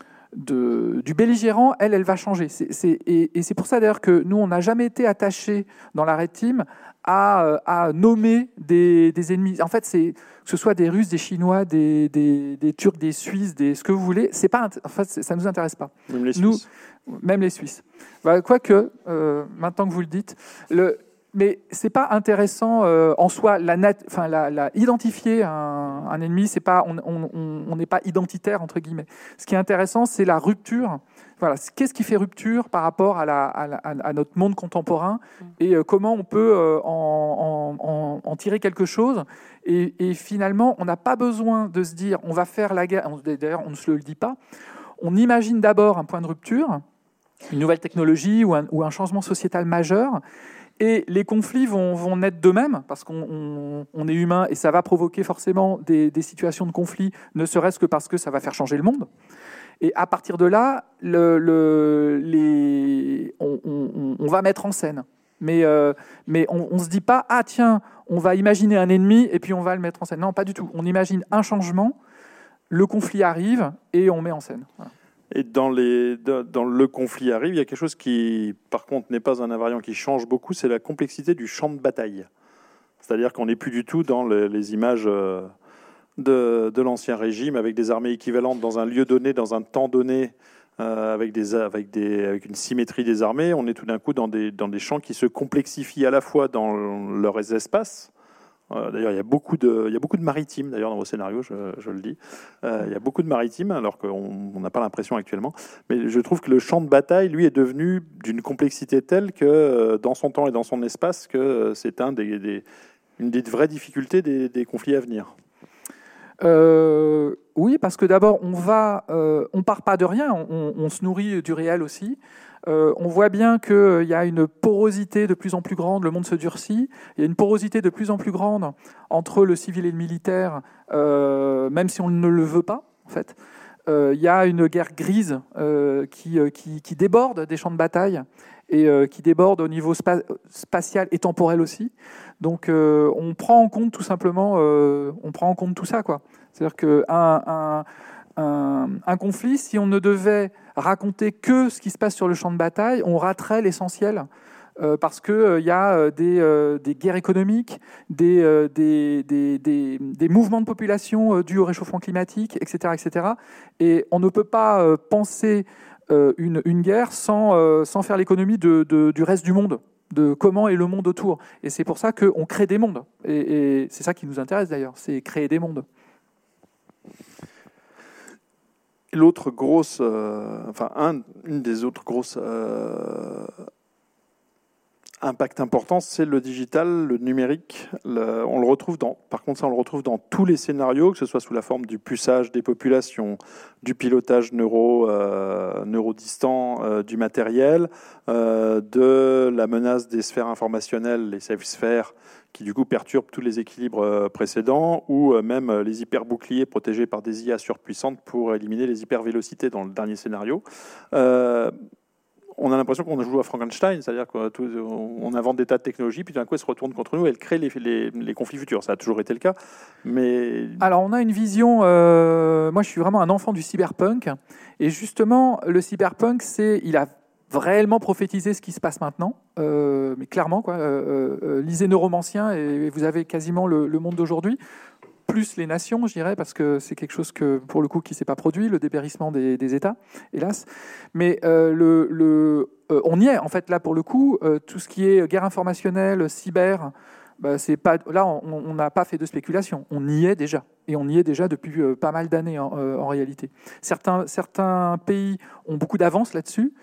De, du belligérant, elle, elle va changer. C'est, c'est, et, et c'est pour ça d'ailleurs que nous, on n'a jamais été attachés dans la Red Team à, à nommer des, des ennemis. En fait, c'est, que ce soit des Russes, des Chinois, des, des, des Turcs, des Suisses, des, ce que vous voulez, c'est pas, en fait, ça ne nous intéresse pas. Même les Suisses. Nous, même les Suisses. Bah, quoique, euh, maintenant que vous le dites, le... Mais c'est pas intéressant euh, en soi. La nat- enfin, la, la, identifier un, un ennemi, c'est pas, on n'est on, on pas identitaire entre guillemets. Ce qui est intéressant, c'est la rupture. Voilà, qu'est-ce qui fait rupture par rapport à, la, à, la, à notre monde contemporain et euh, comment on peut euh, en, en, en tirer quelque chose. Et, et finalement, on n'a pas besoin de se dire, on va faire la guerre. D'ailleurs, on ne se le dit pas. On imagine d'abord un point de rupture, une nouvelle technologie ou un, ou un changement sociétal majeur. Et les conflits vont, vont naître d'eux-mêmes, parce qu'on on, on est humain, et ça va provoquer forcément des, des situations de conflit, ne serait-ce que parce que ça va faire changer le monde. Et à partir de là, le, le, les, on, on, on va mettre en scène. Mais, euh, mais on ne se dit pas, ah tiens, on va imaginer un ennemi, et puis on va le mettre en scène. Non, pas du tout. On imagine un changement, le conflit arrive, et on met en scène. Voilà. Et dans, les, dans le conflit arrive, il y a quelque chose qui, par contre, n'est pas un invariant qui change beaucoup, c'est la complexité du champ de bataille. C'est-à-dire qu'on n'est plus du tout dans les, les images de, de l'Ancien Régime, avec des armées équivalentes dans un lieu donné, dans un temps donné, euh, avec, des, avec, des, avec une symétrie des armées. On est tout d'un coup dans des, dans des champs qui se complexifient à la fois dans leurs espaces. Euh, d'ailleurs, il y a beaucoup de, il y a beaucoup de maritimes d'ailleurs dans vos scénarios, je, je le dis. Euh, il y a beaucoup de maritimes, alors qu'on n'a pas l'impression actuellement. Mais je trouve que le champ de bataille, lui, est devenu d'une complexité telle que, euh, dans son temps et dans son espace, que euh, c'est un des, des, une des vraies difficultés des, des conflits à venir. Euh, oui, parce que d'abord, on va, euh, on part pas de rien, on, on se nourrit du réel aussi. Euh, on voit bien qu'il euh, y a une porosité de plus en plus grande, le monde se durcit, il y a une porosité de plus en plus grande entre le civil et le militaire, euh, même si on ne le veut pas, en fait. Euh, il y a une guerre grise euh, qui, euh, qui, qui déborde des champs de bataille et euh, qui déborde au niveau spa- spatial et temporel aussi. Donc euh, on prend en compte tout simplement, euh, on prend en compte tout ça, quoi. C'est-à-dire qu'un un, un, un conflit, si on ne devait raconter que ce qui se passe sur le champ de bataille, on raterait l'essentiel. Euh, parce qu'il euh, y a euh, des, euh, des guerres économiques, des, euh, des, des, des, des mouvements de population euh, dus au réchauffement climatique, et cetera, et cetera. Et on ne peut pas euh, penser euh, une, une guerre sans, euh, sans faire l'économie de, de, du reste du monde, de comment est le monde autour. Et c'est pour ça qu'on crée des mondes. Et, et c'est ça qui nous intéresse d'ailleurs, c'est créer des mondes. L'autre grosse, euh, enfin un, une des autres grosses euh, impact important, c'est le digital, le numérique. Le, on le retrouve dans, par contre, ça, on le retrouve dans tous les scénarios, que ce soit sous la forme du puçage des populations, du pilotage neuro, euh, neurodistant euh, du matériel, euh, de la menace des sphères informationnelles, les safe sphères, qui du coup perturbent tous les équilibres précédents, ou même les hyperboucliers protégés par des I A surpuissantes pour éliminer les hypervélocités dans le dernier scénario. Euh, on a l'impression qu'on joue à Frankenstein, c'est-à-dire qu'on invente des tas de technologies, puis d'un coup, elles se retournent contre nous et elles créent les, les, les conflits futurs. Ça a toujours été le cas, mais... Alors, on a une vision... Euh, moi, je suis vraiment un enfant du cyberpunk, et justement, le cyberpunk, c'est, il a réellement prophétisé ce qui se passe maintenant, euh, mais clairement, quoi. Euh, euh, lisez Neuromancien, et vous avez quasiment le, le monde d'aujourd'hui, plus les nations, je dirais, parce que c'est quelque chose que, pour le coup, qui ne s'est pas produit, le dépérissement des, des États, hélas. Mais euh, le, le, euh, on y est, en fait, là, pour le coup, euh, tout ce qui est guerre informationnelle, cyber, bah, c'est pas, là, on n'a pas fait de spéculation, on y est déjà. Et on y est déjà depuis euh, pas mal d'années, en, euh, en réalité. Certains, certains pays ont beaucoup d'avance là-dessus,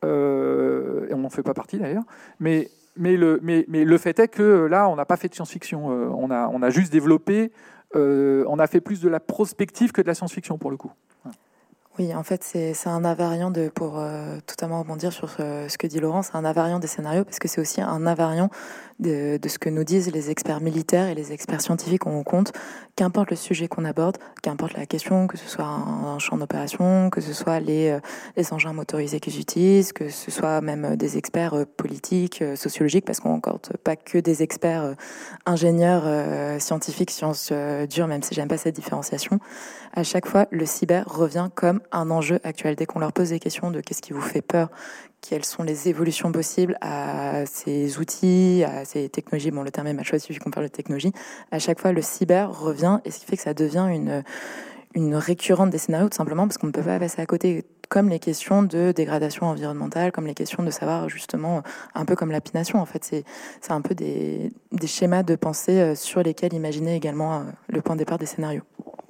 euh, et on n'en fait pas partie, d'ailleurs, mais... Mais le, mais, mais le fait est que là, on n'a pas fait de science-fiction. Euh, on, a, on a juste développé, euh, on a fait plus de la prospective que de la science-fiction pour le coup. Oui, en fait, c'est, c'est un invariant de, pour euh, totalement rebondir sur ce, ce que dit Laurent, c'est un invariant des scénarios parce que c'est aussi un invariant de, de ce que nous disent les experts militaires et les experts scientifiques en compte. Qu'importe le sujet qu'on aborde, qu'importe la question, que ce soit un, un champ d'opération, que ce soit les, euh, les engins motorisés qu'ils utilisent, que ce soit même des experts euh, politiques, euh, sociologiques, parce qu'on n'encorde pas que des experts euh, ingénieurs, euh, scientifiques, sciences euh, dures, même si j'aime pas cette différenciation. À chaque fois, le cyber revient comme un enjeu actuel. Dès qu'on leur pose des questions de qu'est-ce qui vous fait peur, quelles sont les évolutions possibles à ces outils, à ces technologies, bon, le terme est mal choisi vu qu'on parle de technologie, à chaque fois, le cyber revient, et ce qui fait que ça devient une, une récurrente des scénarios, tout simplement parce qu'on ne peut pas passer à côté, comme les questions de dégradation environnementale, comme les questions de savoir, justement, un peu comme l'apination, en fait, c'est, c'est un peu des, des schémas de pensée sur lesquels imaginer également le point de départ des scénarios.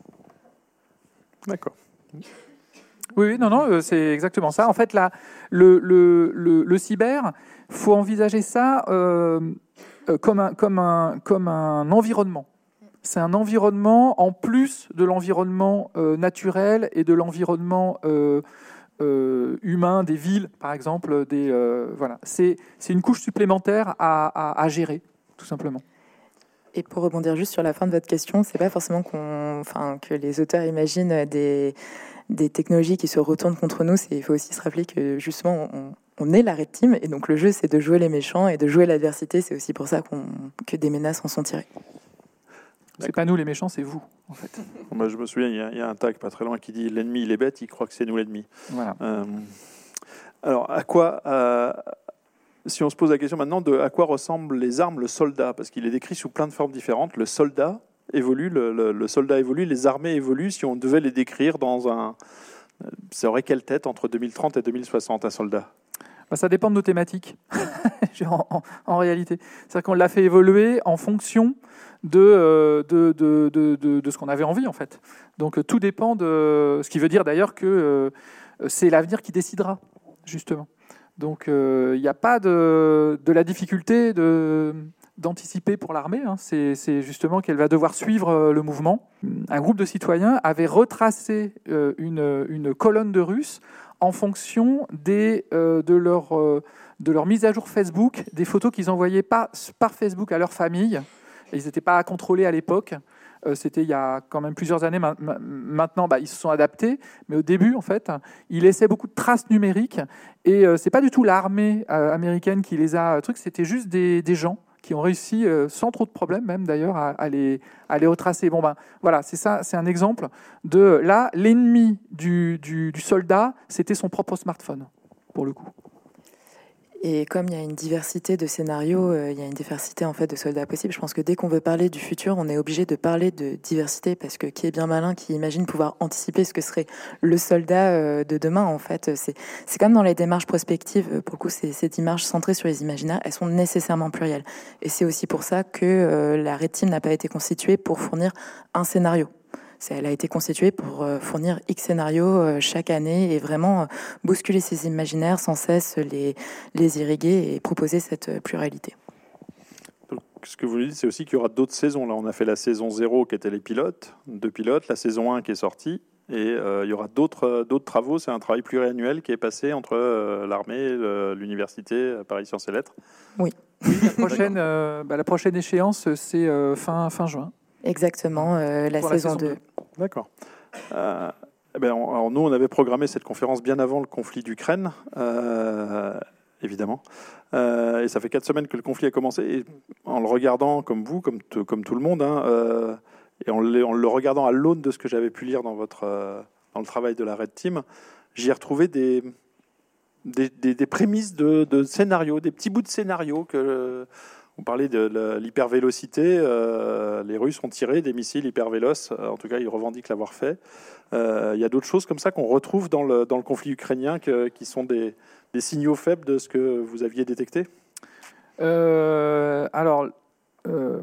D'accord. Oui, oui, non, non, c'est exactement ça. En fait, là, le, le, le, le cyber, faut envisager ça euh, comme un, comme un, comme un environnement. C'est un environnement en plus de l'environnement euh, naturel et de l'environnement euh, euh, humain des villes, par exemple. Des, euh, voilà. C'est, c'est une couche supplémentaire à, à, à gérer, tout simplement. Et pour rebondir juste sur la fin de votre question, c'est pas forcément qu'on, enfin, que les auteurs imaginent des, des technologies qui se retournent contre nous. C'est, il faut aussi se rappeler que justement, on, on est la Red Team, et donc le jeu, c'est de jouer les méchants et de jouer l'adversité. C'est aussi pour ça qu'on, que des menaces en sont tirées. C'est pas nous les méchants, c'est vous, en fait. Moi, je me souviens, il y, a, il y a un tag pas très loin qui dit l'ennemi il est bête, il croit que c'est nous l'ennemi. Voilà. Euh, alors, à quoi euh, si on se pose la question maintenant de à quoi ressemblent les armes, le soldat, parce qu'il est décrit sous plein de formes différentes. Le soldat évolue, le, le, le soldat évolue, les armées évoluent. Si on devait les décrire dans un, ça aurait quelle tête entre deux mille trente et deux mille soixante, un soldat? Bah, ça dépend de nos thématiques, en, en, en réalité. C'est-à-dire qu'on l'a fait évoluer en fonction de, euh, de, de, de, de, de ce qu'on avait envie, en fait. Donc tout dépend de... Ce qui veut dire d'ailleurs que euh, c'est l'avenir qui décidera, justement. Donc il euh, n'y a pas de, de la difficulté de, d'anticiper pour l'armée. Hein. C'est, c'est justement qu'elle va devoir suivre euh, le mouvement. Un groupe de citoyens avait retracé euh, une, une colonne de Russes en fonction des, euh, de, leur, euh, de leur mise à jour Facebook, des photos qu'ils envoyaient pas par Facebook à leur famille. Et ils n'étaient pas à contrôler à l'époque. Euh, c'était il y a quand même plusieurs années. Ma- ma- maintenant, bah, ils se sont adaptés. Mais au début, en fait, ils laissaient beaucoup de traces numériques. Et euh, c'est pas du tout l'armée euh, américaine qui les a... Truc, c'était juste des, des gens qui ont réussi, euh, sans trop de problèmes même d'ailleurs, à, à, les, à les retracer. Bon ben, voilà, c'est ça, c'est un exemple de... Là, l'ennemi du, du, du soldat, c'était son propre smartphone, pour le coup. Et comme il y a une diversité de scénarios, euh, il y a une diversité en fait de soldats possibles. Je pense que dès qu'on veut parler du futur, on est obligé de parler de diversité parce que qui est bien malin, qui imagine pouvoir anticiper ce que serait le soldat euh, de demain. En fait, c'est c'est comme dans les démarches prospectives. Pour le coup, ces, ces démarches centrées sur les imaginaires, elles sont nécessairement plurielles. Et c'est aussi pour ça que euh, la Red Team n'a pas été constituée pour fournir un scénario. Elle a été constituée pour fournir X scénarios chaque année et vraiment bousculer ces imaginaires sans cesse, les, les irriguer et proposer cette pluralité. Donc, ce que vous nous dites, c'est aussi qu'il y aura d'autres saisons. Là, on a fait la saison zéro qui était les pilotes, deux pilotes, la saison un qui est sortie, et euh, il y aura d'autres, d'autres travaux. C'est un travail pluriannuel qui est passé entre euh, l'armée, le, l'université, Paris Sciences et Lettres. Oui. Oui, la prochaine, euh, bah, la prochaine échéance, c'est euh, fin, fin juin. Exactement, euh, la, Pour saison la saison deux. D'accord. Euh, eh ben, on, alors nous, on avait programmé cette conférence bien avant le conflit d'Ukraine, euh, évidemment. Euh, et ça fait quatre semaines que le conflit a commencé. Et en le regardant, comme vous, comme, t- comme tout le monde, hein, euh, et en le, en le regardant à l'aune de ce que j'avais pu lire dans, votre, euh, dans le travail de la Red Team, j'y ai retrouvé des, des, des, des prémices de, de scénarios, des petits bouts de scénarios que... On parlait de l'hypervélocité. Euh, les Russes ont tiré des missiles hypervéloces. En tout cas, ils revendiquent l'avoir fait. Euh, il y a d'autres choses comme ça qu'on retrouve dans le, dans le conflit ukrainien que, qui sont des, des signaux faibles de ce que vous aviez détecté. euh, Alors, euh,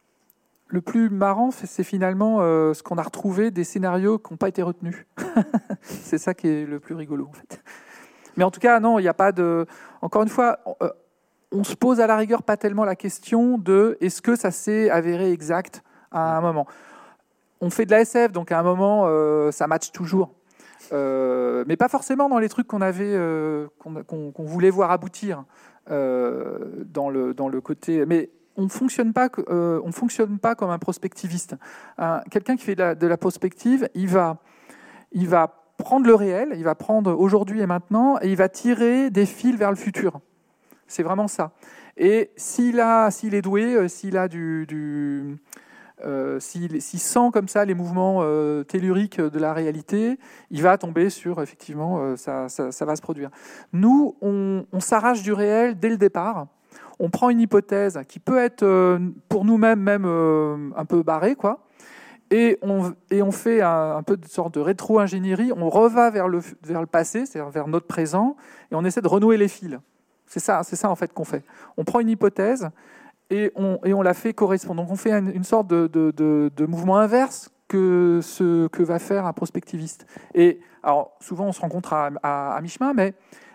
le plus marrant, c'est finalement euh, ce qu'on a retrouvé des scénarios qui n'ont pas été retenus. C'est ça qui est le plus rigolo, en fait. Mais en tout cas, non, il n'y a pas de... Encore une fois... Euh, on se pose à la rigueur pas tellement la question de est-ce que ça s'est avéré exact à un moment. On fait de la S F, donc à un moment, euh, ça matche toujours. Euh, mais pas forcément dans les trucs qu'on avait, euh, qu'on, qu'on, qu'on voulait voir aboutir euh, dans, le, dans le côté... Mais on ne fonctionne pas, euh, on fonctionne pas comme un prospectiviste. Un, quelqu'un qui fait de la, de la prospective, il va, il va prendre le réel, il va prendre aujourd'hui et maintenant, et il va tirer des fils vers le futur. C'est vraiment ça. Et s'il, a, s'il est doué, euh, s'il a du, du euh, s'il, s'il sent comme ça les mouvements euh, telluriques de la réalité, il va tomber sur effectivement euh, ça, ça, ça va se produire. Nous, on, on s'arrache du réel dès le départ. On prend une hypothèse qui peut être euh, pour nous-mêmes même euh, un peu barrée, quoi. Et on, et on fait un, un peu de sorte de rétro-ingénierie. On reva vers le, vers le passé, c'est-à-dire vers notre présent, et on essaie de renouer les fils. C'est ça, c'est ça en fait qu'on fait. On prend une hypothèse et on, et on la fait correspondre. Donc on fait une, une sorte de, de, de, de mouvement inverse que ce que va faire un prospectiviste. Et alors souvent on se rencontre à, à, à mi-chemin, mais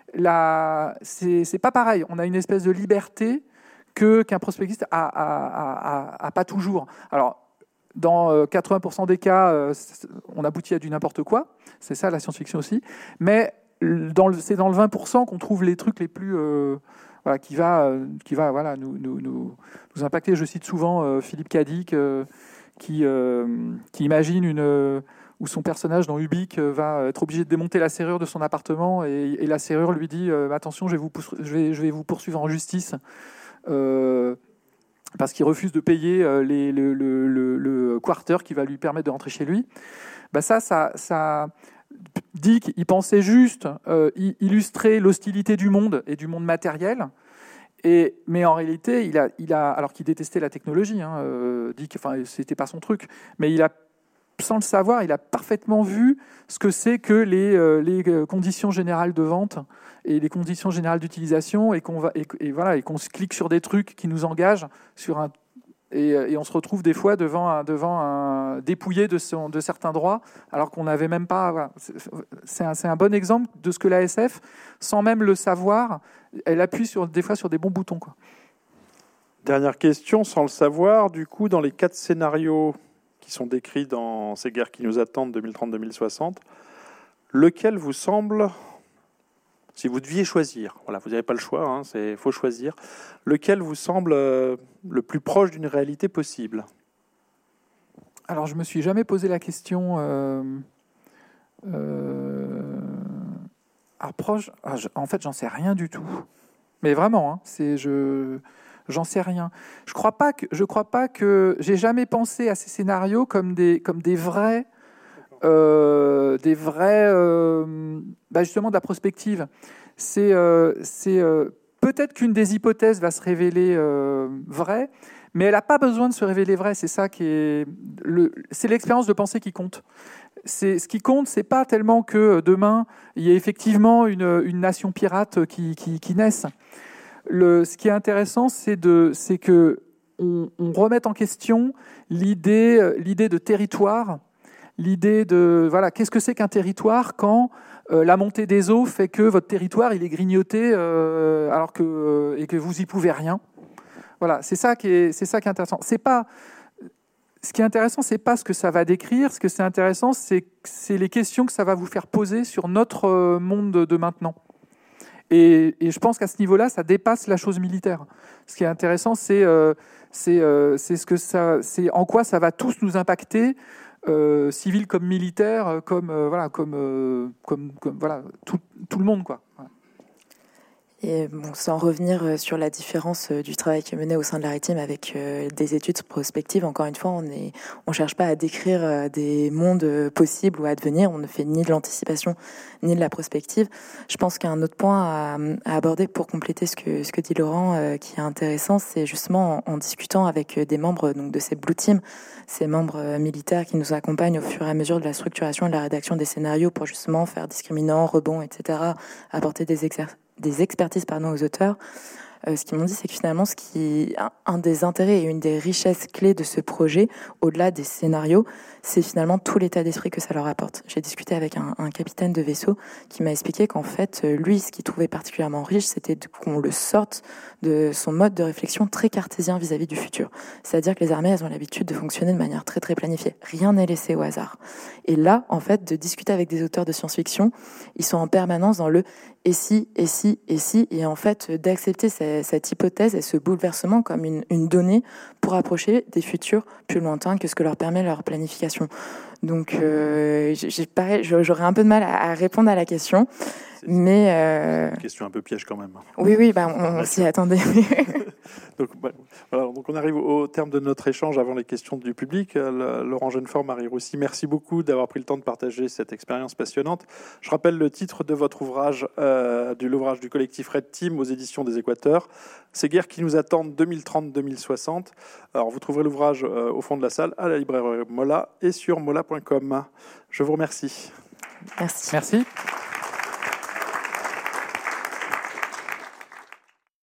là c'est, c'est pas pareil. On a une espèce de liberté que, qu'un prospectiviste a, a, a, a pas toujours. Alors dans quatre-vingts pour cent des cas, on aboutit à du n'importe quoi. C'est ça la science-fiction aussi. Mais Dans le, c'est dans le vingt pour cent qu'on trouve les trucs les plus euh, voilà, qui va euh, qui va voilà nous nous nous, nous impacter. Je cite souvent euh, Philippe Cadic euh, qui euh, qui imagine une euh, où son personnage dans Ubik euh, va être obligé de démonter la serrure de son appartement et, et la serrure lui dit euh, attention, je vais vous je vais je vais vous poursuivre en justice. Euh, parce qu'il refuse de payer euh, les, le, le, le, le quarter qui va lui permettre de rentrer chez lui. Bah ça ça ça Dick, il pensait juste euh, illustrer l'hostilité du monde et du monde matériel, et, mais en réalité, il a, il a, alors qu'il détestait la technologie, hein, euh, Dick, enfin, c'était pas son truc, mais il a, sans le savoir, il a parfaitement vu ce que c'est que les, euh, les conditions générales de vente et les conditions générales d'utilisation, et qu'on va, et, et voilà, et qu'on se clique sur des trucs qui nous engagent sur un Et, et on se retrouve des fois devant un, devant un dépouillé de, son, de certains droits, alors qu'on n'avait même pas... Voilà. C'est, un, c'est un bon exemple de ce que la S F, sans même le savoir, elle appuie sur, des fois sur des bons boutons, quoi. Dernière question, sans le savoir, du coup, dans les quatre scénarios qui sont décrits dans Ces guerres qui nous attendent deux mille trente à deux mille soixante, lequel vous semble, si vous deviez choisir, voilà, vous n'avez pas le choix, il faut choisir, lequel vous semble euh, le plus proche d'une réalité possible? Alors, je ne me suis jamais posé la question... Euh, euh, alors, proche... Ah, je, en fait, j'en sais rien du tout. Mais vraiment, hein, c'est... Je... J'en sais rien. Je crois pas que je crois pas que j'ai jamais pensé à ces scénarios comme des comme des vrais euh, des vrais euh, bah justement de la prospective. C'est euh, c'est euh, peut-être qu'une des hypothèses va se révéler euh, vraie, mais elle n'a pas besoin de se révéler vraie. C'est ça qui est le c'est l'expérience de pensée qui compte. C'est ce qui compte, c'est pas tellement que demain il y ait effectivement une une nation pirate qui qui, qui naisse. Le, ce qui est intéressant, c'est, de, c'est que on, on remette en question l'idée, l'idée de territoire, l'idée de voilà, qu'est-ce que c'est qu'un territoire quand euh, la montée des eaux fait que votre territoire il est grignoté euh, alors que euh, et que vous y pouvez rien. Voilà, c'est ça qui est, c'est ça qui est intéressant. C'est pas ce qui est intéressant, c'est pas ce que ça va décrire. Ce que c'est intéressant, c'est, c'est les questions que ça va vous faire poser sur notre monde de, de maintenant. Et, et je pense qu'à ce niveau-là, ça dépasse la chose militaire. Ce qui est intéressant, c'est, euh, c'est, euh, c'est, ce que ça, c'est en quoi ça va tous nous impacter, euh, civils comme militaires, comme, euh, voilà, comme, euh, comme, comme voilà, tout, tout le monde, quoi. Voilà. Et bon, sans revenir sur la différence du travail qui est mené au sein de la RITIM avec des études prospectives, encore une fois, on ne on cherche pas à décrire des mondes possibles ou à devenir. On ne fait ni de l'anticipation ni de la prospective. Je pense qu'il y a un autre point à, à aborder pour compléter ce que, ce que dit Laurent, euh, qui est intéressant, c'est justement en, en discutant avec des membres donc, de ces Blue Teams, ces membres militaires qui nous accompagnent au fur et à mesure de la structuration et de la rédaction des scénarios pour justement faire discriminants, rebonds, et cetera, apporter des exercices des expertises pardon, aux auteurs, euh, ce qu'ils m'ont dit, c'est que finalement, ce qui, un, un des intérêts et une des richesses clés de ce projet, au-delà des scénarios, c'est finalement tout l'état d'esprit que ça leur apporte. J'ai discuté avec un, un capitaine de vaisseau qui m'a expliqué qu'en fait, lui, ce qu'il trouvait particulièrement riche, c'était qu'on le sorte de son mode de réflexion très cartésien vis-à-vis du futur. C'est-à-dire que les armées, elles ont l'habitude de fonctionner de manière très très planifiée. Rien n'est laissé au hasard. Et là, en fait, de discuter avec des auteurs de science-fiction, ils sont en permanence dans le et si, et si, et si, et en fait, d'accepter cette, cette hypothèse et ce bouleversement comme une, une donnée pour approcher des futurs plus lointains que ce que leur permet leur planification. Donc, euh, j'ai, pareil, j'aurais un peu de mal à, à répondre à la question. C'est mais euh... une question un peu piège quand même. Oui, oui, bah, on, on s'y attendait. donc, bah, voilà, donc on arrive au terme de notre échange avant les questions du public. Le, Laurent Genefort, Marie Roussy, merci beaucoup d'avoir pris le temps de partager cette expérience passionnante. Je rappelle le titre de votre ouvrage, euh, de l'ouvrage du collectif Red Team aux éditions des Équateurs, Ces guerres qui nous attendent deux mille trente à deux mille soixante. Alors vous trouverez l'ouvrage euh, au fond de la salle, à la librairie Mola et sur mola point com. Je vous remercie. Merci. Merci.